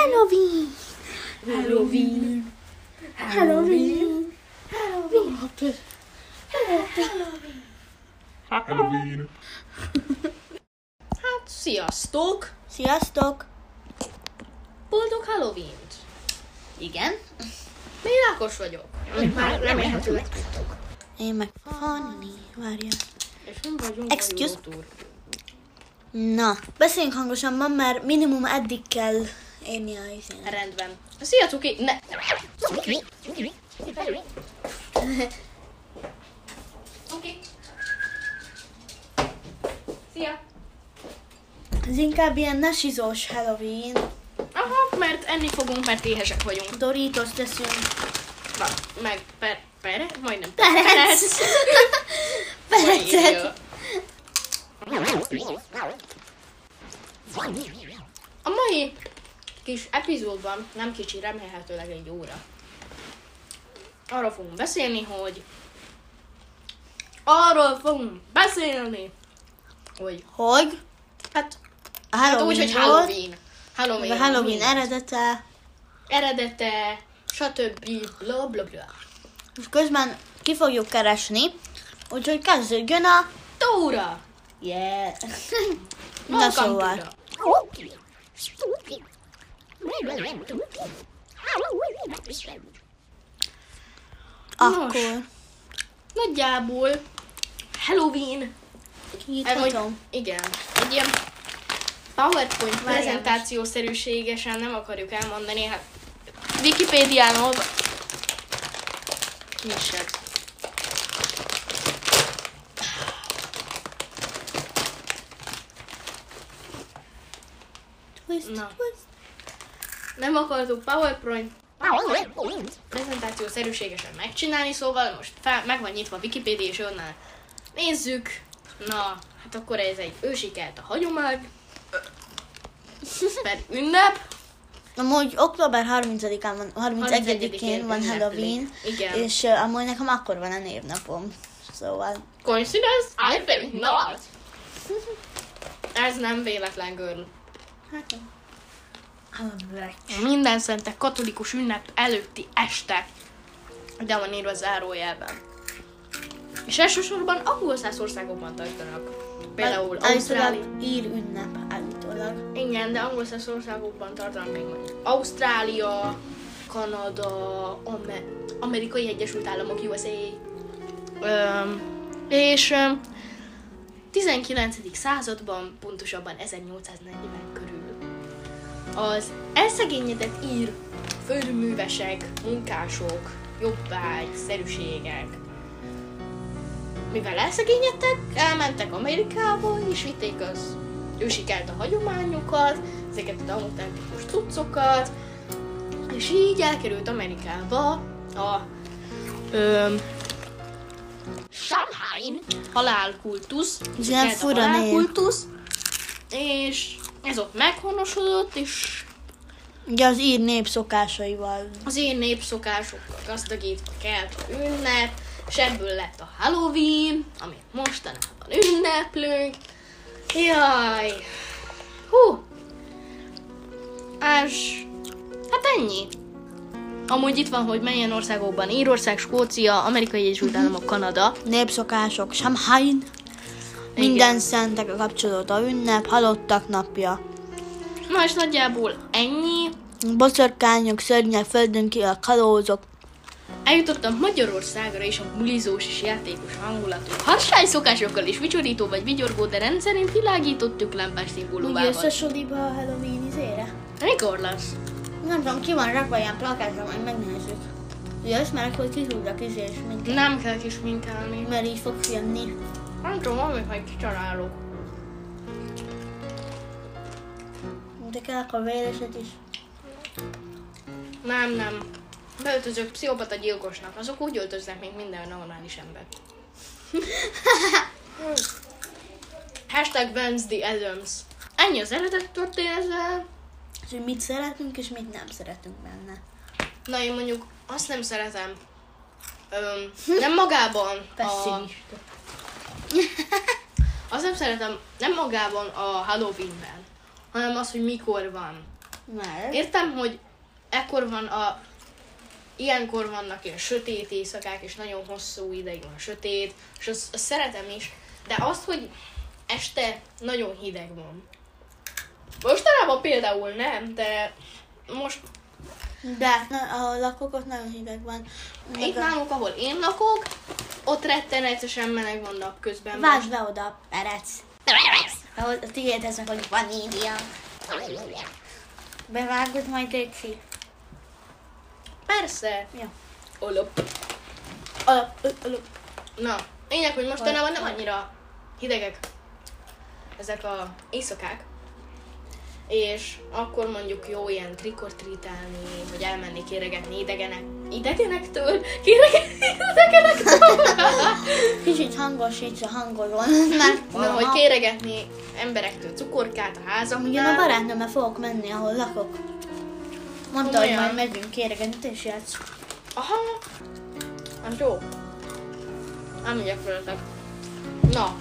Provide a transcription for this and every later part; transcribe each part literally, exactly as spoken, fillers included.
Halloween! Halloween! Halloween! Halloween! Halloween! Halloween! Hát, sziasztok! Sziasztok! Boldog Halloween-t! Igen? Én Ákos vagyok. Már remélhetőleg tudtok. Én meg Fanni, várjál. És nem vagyunk Excuse? a túr. Na, beszéljünk hangosabban, mert minimum eddig kell érni a izének. Rendben. Szia, Cuki! Ne! Cuki! Szia! Ez inkább ilyen nasizós Halloween. Aha, mert enni fogunk, mert éhesek vagyunk. Doritos teszünk. Na, meg per, pere? Majdnem Perec! Perecet! A mai kis epizódban, nem kicsi, remélhetőleg egy óra, arról fogunk beszélni, hogy arról fogunk beszélni, hogy Hogy? hát, A hát úgy, hogy Halloweenról, Halloween. Halloween, meg a Halloween minden. eredete. Eredete, stb. Bla bla bla. És közben ki fogjuk keresni, úgyhogy kezdődjön a... Tóra! Yeah! Na Welcome szóval. to Akkor nagyjából Halloween. kinyithatom. Igen. Egy ilyen PowerPoint prezentációszerűségesen nem akarjuk elmondani, hát Wikipédián olva... Nyissad. Twist, Na. twist. Nem akartuk PowerPoint prezentációszerűségesen megcsinálni, szóval most fel, meg van nyitva a Wikipédia, és onnan nézzük. Na, hát akkor ez egy ősikelt a hagyomány. Per ünnep. Amúgy október harmincadikán van, harmincegyedikén van ünneplik. Halloween, Igen. és uh, amúgy nekem akkor van a névnapom. Szóval... Coincidence? I think not. Ez nem véletlen, girl. Minden szentek katolikus ünnep előtti este. De van írva zárójelben. És elsősorban angol száz országokban tartanak. Például Ausztrália. Állítólag ír ünnep, állítólag. Igen, de angol száz országokban tartanak még mondjuk. Ausztrália, Kanada, Amer- Amerikai Egyesült Államok, U S A. Öm, és öm, tizenkilencedik században, pontosabban ezernyolcszáznegyven körül az elszegényedett ír földművesek, munkások, jobbágy, szerűségek, mivel elszegényedtek, elmentek Amerikába, és vitték az ősikelt a hagyományokat, ezeket a demokratikus cuccokat, és így elkerült Amerikába a öm, Samhain halálkultusz, Ez ilyen ősikelt a fura név. halálkultusz, és ez ott meghonosodott, és Ugye az ír nép szokásaival. az én népszokásokkal gazdagítva kelt a ünnep, és ebből lett a Halloween, amit mostanában ünneplünk. Jaj! Hú! És hát ennyi. Amúgy itt van, hogy melyen országokban: Írország, Skócia, Amerikai Egyesült Államok, Kanada. Népszokások, Samhain. Minden szentek a kapcsolódó ünnep, halottak napja. Na és nagyjából ennyi. Boszorkányok, szörnyek, földön ki a kalózok. Eljutottam Magyarországra is a bulizós és játékos hangulatú harsány szokásokkal és vicsorító vagy vigyorgó, de rendszerint világított lámpás Úgy szimbólumával. összesodiba a Halloween izére? Mikor lesz? Nem tudom, ki van rakva ilyen plakátra, majd megnézzük. Ugye ismerek, hogy kitúrnak izé és minket. Nem kell kisminkelni. Mert így fog jönni. Nem tudom, amit kitalálok. De kell a véreset is. Nem, nem. Beöltözök pszichopata gyilkosnak. Azok úgy öltöznek, mint minden normális ember. Hashtag Wednesday Adams. Ennyi az eredet történettel. És hogy mit szeretünk és mit nem szeretünk benne. Na, én mondjuk azt nem szeretem. Öm, nem magában a... Pessimista. Azt nem szeretem, nem magában a Halloweenben, hanem az, hogy mikor van. Mert? Értem, hogy ekkor van a... Ilyenkor vannak ilyen sötét éjszakák, és nagyon hosszú ideig van sötét, és azt, azt szeretem is. De azt, hogy este nagyon hideg van. Mostanában például nem, de most... De na, ahol lakok, ott nagyon hideg van. Itt nálunk, ahol én lakok, ott rettenetesen meleg van napközben. Vásd be oda, Perec. Ahol a tiédhez meg, hogy vanília. Bevágod majd, Léci? Persze. Ja. Olop. Alap, ö, alap. Na, lényeg, hogy mostanában nem annyira hidegek ezek a éjszakák. És akkor mondjuk jó ilyen trikortrítálni, vagy elmenni kéregetni idegenek, idegenektől, kéregetni idegenektől. Kicsit hangosíts a hangodon, mert... Na, hogy kéregetni emberektől cukorkát a házamnál. Igen, a barátnőmmel fogok menni, ahol lakok. Mondta, hogy Komolyan? majd megyünk kéregetni, te is játsz. Aha. Hát jó. Elmegyek veletek. Na.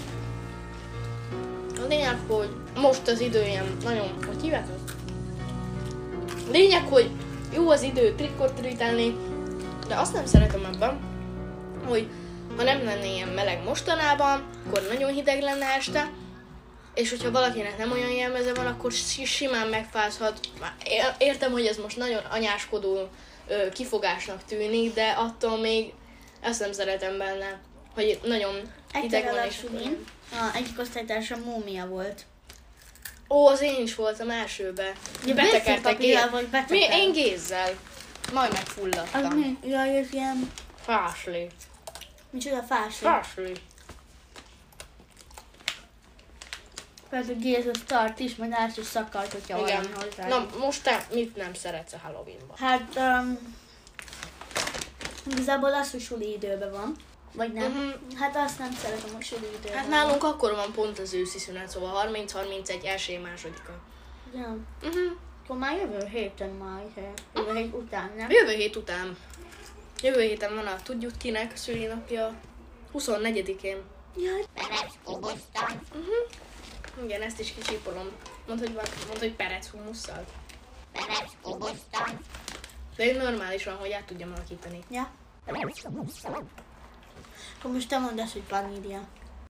A lényeg, hogy most az idő ilyen nagyon... Hogy hívják azt? Lényeg, hogy jó az idő trikkortrítálni, de azt nem szeretem ebben, hogy ha nem lenne ilyen meleg mostanában, akkor nagyon hideg lenne este, és hogyha valakinek nem olyan jelmeze van, akkor simán megfázhat. Értem, hogy ez most nagyon anyáskodó ö, kifogásnak tűnik, de attól még ezt nem szeretem benne, hogy nagyon hideg van. És a egyik osztálytársam múmia volt. Ó, az én is voltam elsőbe. Ja, Betekertek vécépapírral én. vagy Mi? beteker? Én gézzel. Majd Az megfulladtam. mi? Jaj, ez ilyen... Fásli. Micsoda fásli. Fásli. Persze Gézus tart is, majd át is szakart, hogyha Igen. valami hozzá. Na, most te mit nem szeretsz a Halloweenban? Hát, um, igazából az, hogy suli időben van. Vagy nem? Mhm. Hát azt nem szeretem, hogy suli időben Hát van. nálunk akkor van pont az őszi szünet, szóval harminc harmincegy, első másodika. Ja. Uh-huh. Akkor már jövő héten már, jövő hét után, nem? Jövő hét után. Jövő héten van a tudjuk kinek szülinapja. huszonnegyedikén. Jaj. Uh-huh. Igen, ezt is kicsípolom. Mondd, hogy, van, mondd, hogy perec humusszal. De egy normálisan, hogy át tudjam alakítani. Ja. Akkor most te mondd azt, hogy vanília.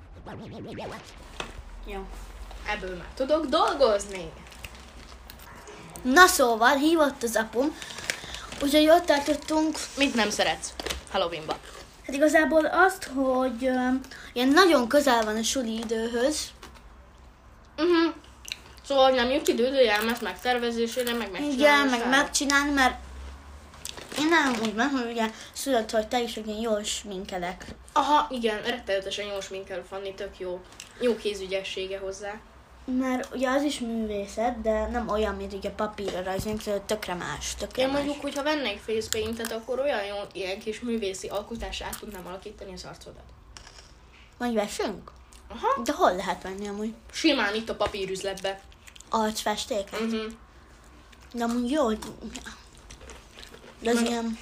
Jó. Ebből már tudok dolgozni. Na szóval, hívott az apum, úgyhogy ott tartottunk, Mit nem szeretsz Halloweenba? hát igazából azt, hogy uh, ilyen nagyon közel van a suli időhöz. Uh-huh. Szóval nem jut idő időjárás megtervezésére, meg megcsinálni. Igen, meg megcsinálni, mert én nem úgy van, hogy ugye szülött, hogy te is hogy én jól sminkelek. Aha, igen, rettenetesen jó sminkel Fanni, tök jó. Jó kézügyessége hozzá. Mert ugye az is művészet, de nem olyan, mint ugye papírra rajzolni, szóval tökre más, tökre Én más. mondjuk, hogyha vennék facepaintet, akkor olyan jó ilyen kis művészi alkotásra át tudnám alakítani az arcodat. Majd vessünk? Aha. De hol lehet venni amúgy? Simán itt a papírüzletbe. Arcfestéket? Uh-huh. De amúgy jó, hogy... De az Meg- ilyen...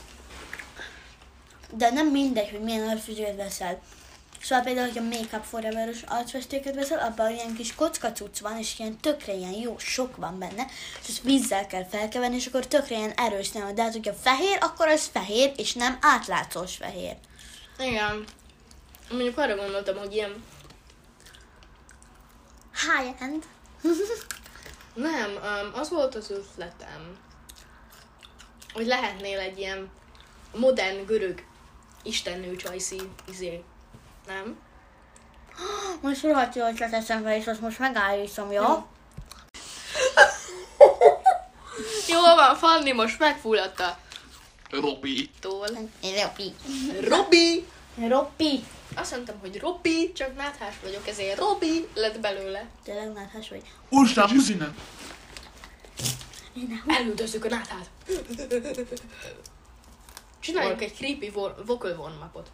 De nem mindegy, hogy milyen arcfestéket veszel. Szóval például, hogy a Make Up Forever-os arcfestéket veszel, abban ilyen kis kockacuc van, és ilyen tökre ilyen jó sok van benne, és ezt vízzel kell felkeverni, és akkor tökre ilyen erős nem. De hát, hogyha fehér, akkor az fehér, és nem átlátszós fehér. Igen. Mondjuk arra gondoltam, hogy ilyen... High-end. Nem, um, az volt az ötletem, hogy lehetnél egy ilyen modern görög istennő csajszi izé. Nem? Most rohadt jó ötlet eszembe, és azt most megállítom, jó? Jó. Jól van, Fanni most megfulladta. Robi. Tól. Ropi. Robi! Ropi. Azt mondtam, hogy Robi, csak náthás vagyok, ezért Robi lett belőle. Tényleg náthás vagy. Úristen, Hüzine. Elüldözzük a náthát. Csináljunk egy creepy vo- vocal warm-upot.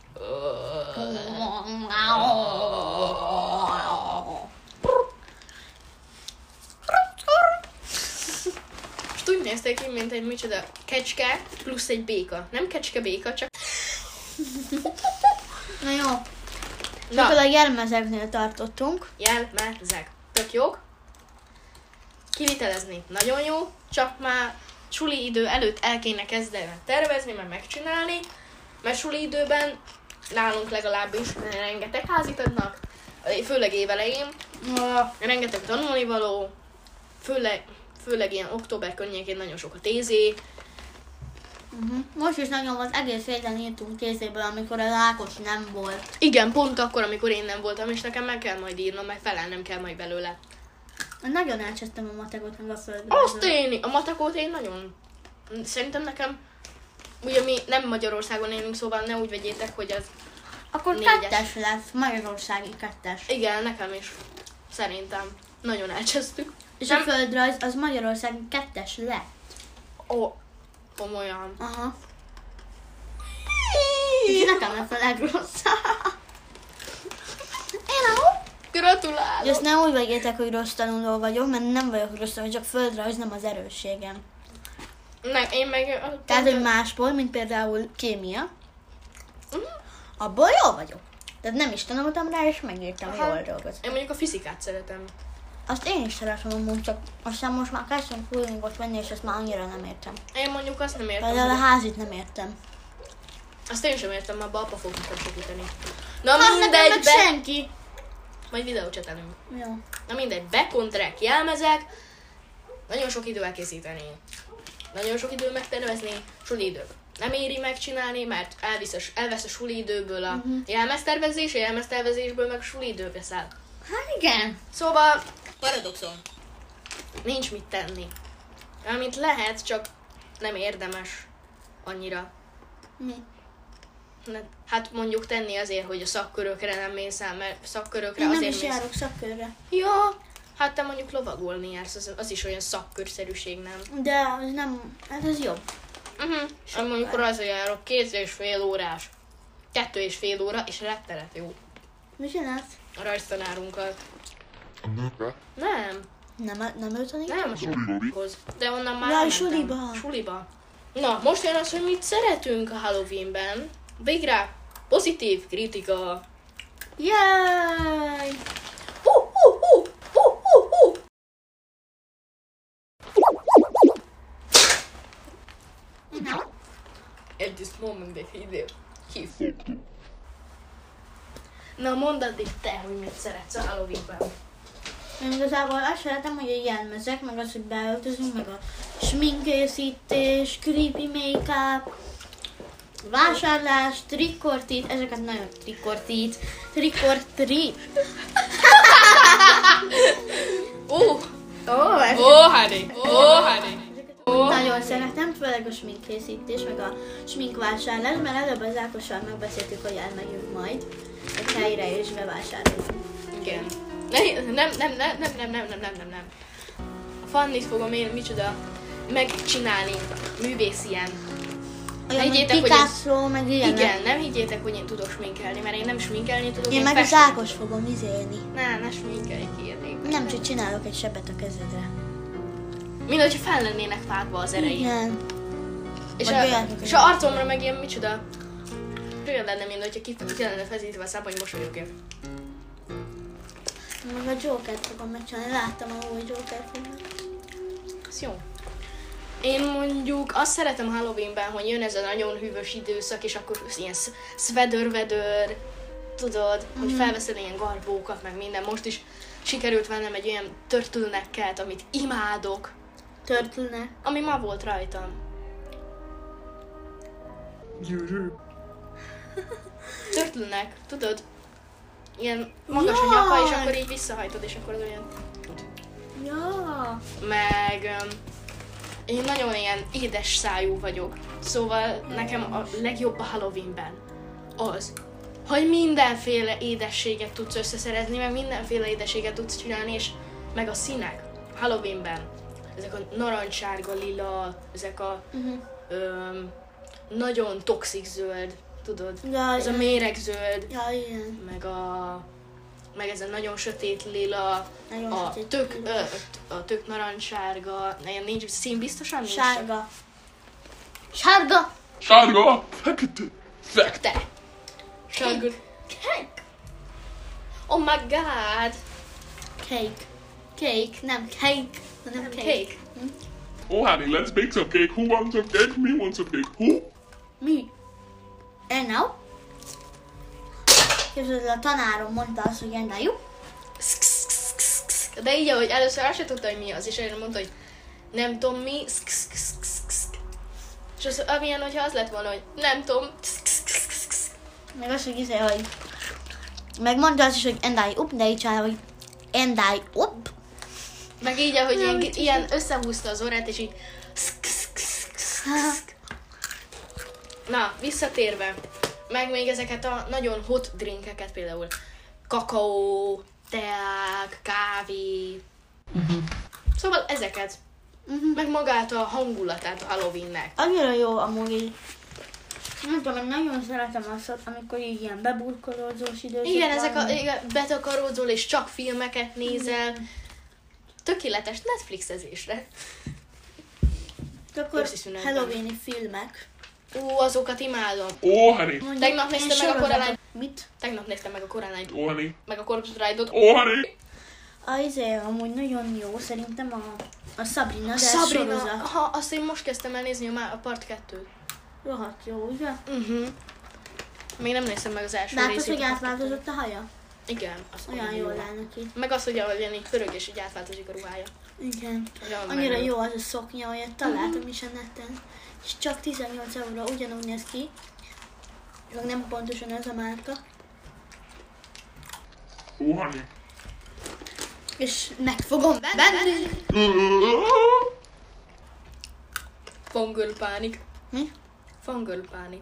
Most úgy nézték ki, mint egy micsoda kecske plusz egy béka. Nem kecske-béka, csak... Na jó. Na, Akkor a jelmezeknél tartottunk. jelmezek. Tök jók. kivitelezni nagyon jó, csak már suli idő előtt el kéne kezdeni tervezni, meg megcsinálni, mert suli időben nálunk legalábbis rengeteg házit adnak, főleg évelején, rengeteg tanulnivaló, főleg, főleg ilyen október környékén nagyon sok a tézé. Uh-huh. Most is nagyon az egész héten írtunk tézéből, amikor a Ákos nem volt. Igen, pont akkor, amikor én nem voltam, és nekem meg kell majd írnom, mert felelnem kell majd belőle. Nagyon elcsesztem a matekot, meg a földrajzot. Azt én, a matekot én nagyon... Szerintem nekem, ugye mi nem Magyarországon élünk, szóval ne úgy vegyétek, hogy az Akkor négyes. kettes lesz, Magyarországi kettes. Igen, nekem is. Szerintem. Nagyon elcsesztük. És Nem- a földrajz az Magyarországi kettes lett. Ó, komolyan. Aha. És nekem lett a legrosszabb. Hello! Gratulálok! És ezt ne úgy vegyétek, hogy rossz tanuló vagyok, mert nem vagyok rossz tanuló, csak földrajz nem az erősségem. Ne, én meg... Tehát, hogy másból, mint például kémia, Mhm. abból jó vagyok. Tehát nem is tanultam rá, és megírtam Aha. jól dolgot. Én mondjuk a fizikát szeretem. Azt én is szeretem amúgy, csak aztán most már kezdtem fúlingot venni, és ezt már annyira nem értem. Én mondjuk azt nem értem. Például a hogy- házit nem értem. Azt én sem értem, abba apa fog nekem segíteni. Na Hát nekem mindegy, meg be... senki. Majd videócsetelünk. Jó. Na mindegy, bekontrák, jelmezek. Nagyon sok idő elkészíteni. Nagyon sok idő megtervezni. Suli idő. Nem éri megcsinálni, mert elvisz a, elvesz a suli időből a uh-huh. jelmeztervezés, a jelmeztervezésből meg a suli idő vesz el. Hát igen. Szóval, paradoxon. Nincs mit tenni. Amit lehet, csak nem érdemes annyira. Mi? Ne- Hát mondjuk tenni azért, hogy a szakkörökre nem mész el, mert szakkörökre Én nem azért is mész. járok szakkörre. Ja, hát te mondjuk lovagolni jársz, az, az is olyan szakkörszerűség, nem? De az nem, hát az jobb. Uh-huh. És mondjuk rajta járok két és fél órás. Kettő és fél óra, és rettenet jó. Mi csinálsz? A rajztanárunkkal. A nőbe? Nem, Nem, nem ő tanít? nem a sulihoz. De onnan már Ja, elmentem. suliba. Suliba. Na, most jön az, hogy mit szeretünk a Halloweenben. Végre pozitív kritika. Jaj! Hú, hú, hú, hú, hú, hú. At this moment they hit hit. Na mondd addig te, hogy mit szeretsz a Halloweenben. Én igazából azt szeretem, hogy a jelmezek, meg az, hogy beöltözünk, meg a sminkkészítés, creepy make-up, vásárlás, trick or treat, ezeket nagyon trick or treat, trick or treat. Ó, Ó, ezeket ó, honey, ó, honey. nagyon szeretem, főleg a sminkkészítés, meg a sminkvásárlás, mert előbb az Ákossal megbeszéltük, hogy elmegyünk majd egy helyre és bevásárolunk. Igen. Ne, nem, nem, nem, nem, nem, nem, nem, nem, nem, nem. A Fannit fogom én, micsoda, megcsinálni művész ilyen. Olyan, hogy higgyétek, hogy Picasso, meg ilyenek. Igen, nem higgyétek, hogy én tudok sminkelni, mert én nem sminkelni tudok, Én meg az festeni. Ákos fogom izélni. Ne, ne sminkelj ki, Nem csak csinálok egy sebet a kezedre. Mind, hogyha fel lennének vágva az erején. Igen. És Vagy a, olyanok, és a arcomra meg ilyen micsoda. Olyan lenne, mint hogyha ki, ki lenne feszítve a szám, hogy mosolyogok. Meg a Jokert fogom megcsinálni. Láttam a új Joker filmet. Ez jó. Én mondjuk azt szeretem Halloweenben, hogy jön ez a nagyon hűvös időszak, és akkor ilyen szvedör-vedör, tudod, mm. hogy felveszel ilyen garbókat, meg minden. Most is sikerült vennem egy olyan turtlenecket, amit imádok, Turtleneck. ami ma volt rajtam. Gyűrű. Turtleneck, tudod? Ilyen magas a Jaj! nyaka, és akkor így visszahajtod, és akkor az olyan... Ja. Meg um, én nagyon ilyen édes szájú vagyok. Szóval nekem a legjobb a Halloweenben az, hogy mindenféle édességet tudsz összeszerezni, meg mindenféle édességet tudsz csinálni, és meg a színek Halloweenben. Ezek a narancssárga, lila, ezek a Uh-huh. öm, nagyon toxik zöld, tudod? Ja, Ez a igen. méregzöld, Ja, igen. meg a meg ez a nagyon sötét lila, Nagyon a sötét tök, lila. ö, a tök narancssárga, ilyen nincs szín biztosan nincs. Sárga. Sárga. Sárga. Fekete. Fekete. Te. Sárga. Cake. Oh my god. Cake. Cake, nem cake. hanem cake. Cake. Oh, honey, let's bake some cake. Who wants some cake? Me want some cake. Who? Mi? And now? Képzeld, a tanárom mondta azt, hogy endájuk. De így, ahogy először azt se tudta, hogy mi az, és erre mondta, hogy nem tudom mi, és az amilyen, hogyha az lett volna, hogy nem tudom, Meg azt, hogy izé, hogy... Meg mondta azt is, hogy endáj up, de így csinálja, hogy endáj up. meg így, ahogy ilyen, ilyen összehúzta az orrát, és így na, visszatérve, meg még ezeket a nagyon hot drinkeket, például kakaó, teák, kávé, uh-huh. Szóval ezeket, uh-huh. meg magát a hangulatát a Halloweennek. Annyira jó amúgy így. Nem tudom, én nagyon szeretem azt, amikor így ilyen beburkolózós időszak Igen, van. ezek a igen, betakarózol és csak filmeket nézel. Tökéletes Netflixezésre. Akkor Őszi szünetben. Halloweeni filmek. Ú, azokat imádom. Oh, honey. Mondjuk Tegnap én néztem meg a sorozatot- Coraline. Mit? Tegnap néztem meg a Coraline, Oh, honey. meg a Corpse Bride-ot. Oh, honey. A izé amúgy nagyon jó, szerintem a, a Sabrina, de ez Sabrina, sorozat. ha, azt én most kezdtem el nézni a, má- a part kettőt. Rohadt jó, ugye? Uh-huh. Még nem néztem meg az első Látod, részét. hogy a part átváltozott a haja? kettőt. Igen, azt Olyan nagyon jól jó. áll neki. Meg az, hogy ahogy így pörög és így átváltozik a ruhája. Igen. Olyan Annyira menő. jó az a szoknya, olyat találtam is a neten. És csak tizennyolc euró, ugyanúgy néz ki. Csak nem pontosan ez a márka. Oh, honey. És meg fogom venni. Fangirl pánik. Mi? Fangirl pánik.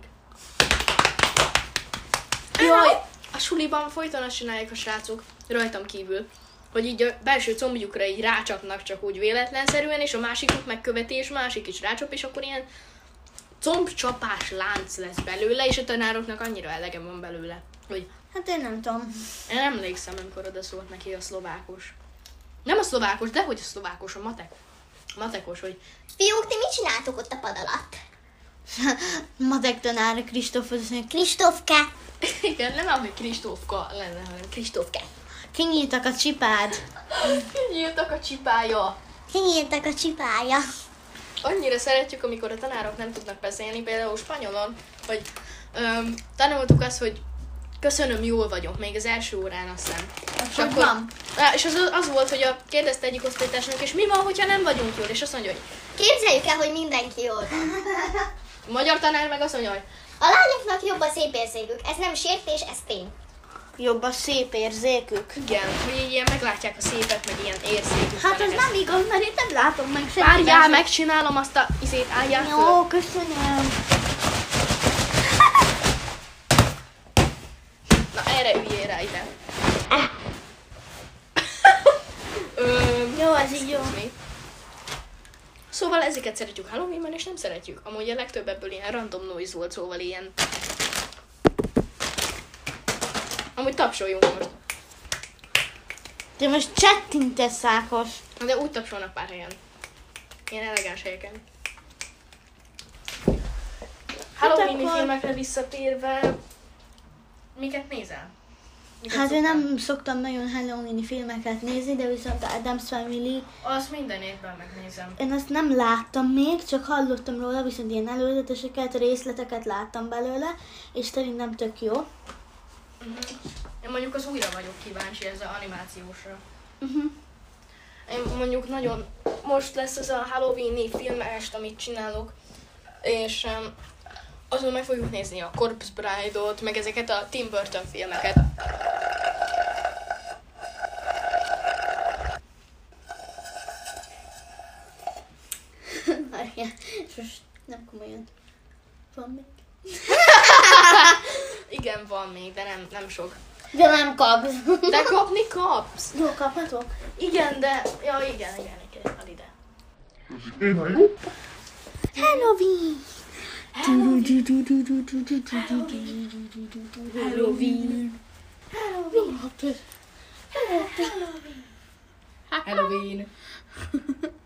Jaj! Jaj! A suliban folyton azt csinálják a srácok, rajtam kívül, hogy így a belső combjukra így rácsapnak csak úgy véletlenszerűen, és a másikuk megköveti, és másik is rácsap, és akkor ilyen combcsapás lánc lesz belőle, és a tanároknak annyira elege van belőle, hogy Hát én nem tudom. én emlékszem, amikor oda szólt neki a szlovákos. Nem a szlovákos, de hogy a szlovákos, a matek. A matekos, hogy Fiúk, ti mit csináltok ott a pad alatt? Matek tanár Kristóf az azt mondja, Kristófka! igen, nem ahogy Kristófka lenne, hanem Kristófka. kinyíltak a csipád. nyíltak a csipája. Kinyíltak a csipája. Annyira szeretjük, amikor a tanárok nem tudnak beszélni, például spanyolon, hogy öm, tanultuk azt, hogy köszönöm, jól vagyok, még az első órán azt hiszem. És hogy van? Á, és az, az volt, hogy a, kérdezte egyik osztálytársnak, és mi van, hogyha nem vagyunk jól? És azt mondja, hogy Képzeljük el, hogy mindenki jól van. a magyar tanár meg azt mondja, hogy A lányoknak jobb a szép érzékük. Ez nem sértés, ez tény. Jobb a szép érzékük. igen, hogy így ilyen meglátják a szépet, meg ilyen érzékük. Hát van ez ehhez. nem igaz, mert én nem látom meg semmit. Várjál, megcsinálom azt a izét, álljál föl. Jó, köszönöm. Na, erre üljél rá ide. Öm, Jó, ez így jó. mi? Szóval ezeket szeretjük Halloweenben, és nem szeretjük. Amúgy a legtöbb ebből ilyen random noise volt, szóval ilyen... Amúgy tapsoljunk most. Te most csettintesz, Ákos. De úgy tapsolnak pár helyen. Ilyen elegáns helyeken. Halloweeni akkor- filmekre visszatérve... Miket nézel? Miket Hát én szoktál? nem szoktam nagyon Halloweeni filmeket nézni, de viszont a Addams Family, Azt minden évben megnézem. én azt nem láttam még, csak hallottam róla, viszont ilyen előzeteseket, részleteket láttam belőle, és szerintem tök jó. Én mondjuk az újra vagyok kíváncsi, ez az animációsra. Uh-huh. Én mondjuk nagyon... Most lesz ez a Halloweeni filmest, amit csinálok, és um, azon meg fogjuk nézni a Corpse Bride-ot, meg ezeket a Tim Burton filmeket. Várjál, és most nem komolyan. Van még? Igen, van még, de nem, nem sok. De nem kapsz. De kapni kapsz! Jó, kaphatok? Igen, de... Ja, igen, igen, igen, ad ide. Halloween! Halloween! Halloween! Halloween!